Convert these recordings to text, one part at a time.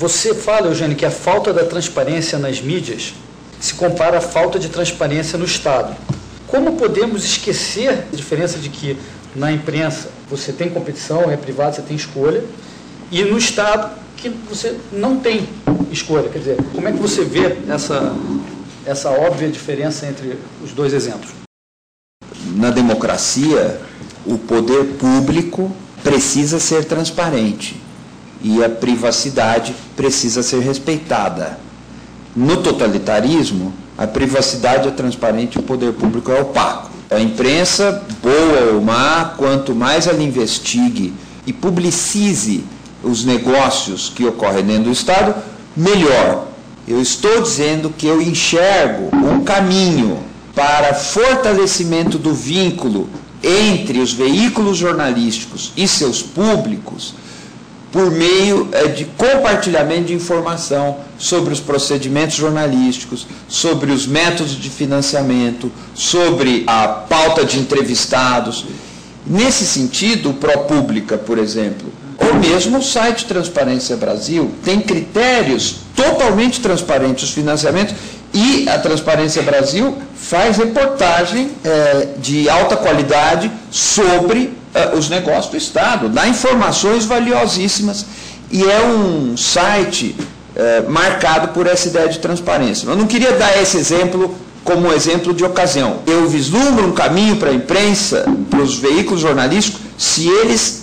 Você fala, Eugênio, que a falta da transparência nas mídias se compara à falta de transparência no Estado. Como podemos esquecer a diferença de que na imprensa você tem competição, é privado, você tem escolha, e no Estado que você não tem escolha? Quer dizer, como é que você vê essa óbvia diferença entre os dois exemplos? Na democracia, o poder público precisa ser transparente e a privacidade precisa ser respeitada. No totalitarismo, a privacidade é transparente e o poder público é opaco. A imprensa, boa ou má, quanto mais ela investigue e publicize os negócios que ocorrem dentro do Estado, melhor. Eu estou dizendo que eu enxergo um caminho para fortalecimento do vínculo entre os veículos jornalísticos e seus públicos por meio de compartilhamento de informação sobre os procedimentos jornalísticos, sobre os métodos de financiamento, sobre a pauta de entrevistados. Nesse sentido, o ProPublica, por exemplo, ou mesmo o site Transparência Brasil, tem critérios totalmente transparentes os financiamentos, e a Transparência Brasil faz reportagem de alta qualidade sobre os negócios do Estado, dá informações valiosíssimas, e é um site marcado por essa ideia de transparência. Eu não queria dar esse exemplo como exemplo de ocasião. Eu vislumbro um caminho para a imprensa, para os veículos jornalísticos, se eles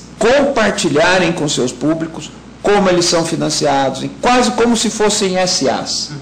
compartilharem com seus públicos como eles são financiados, quase como se fossem SAs.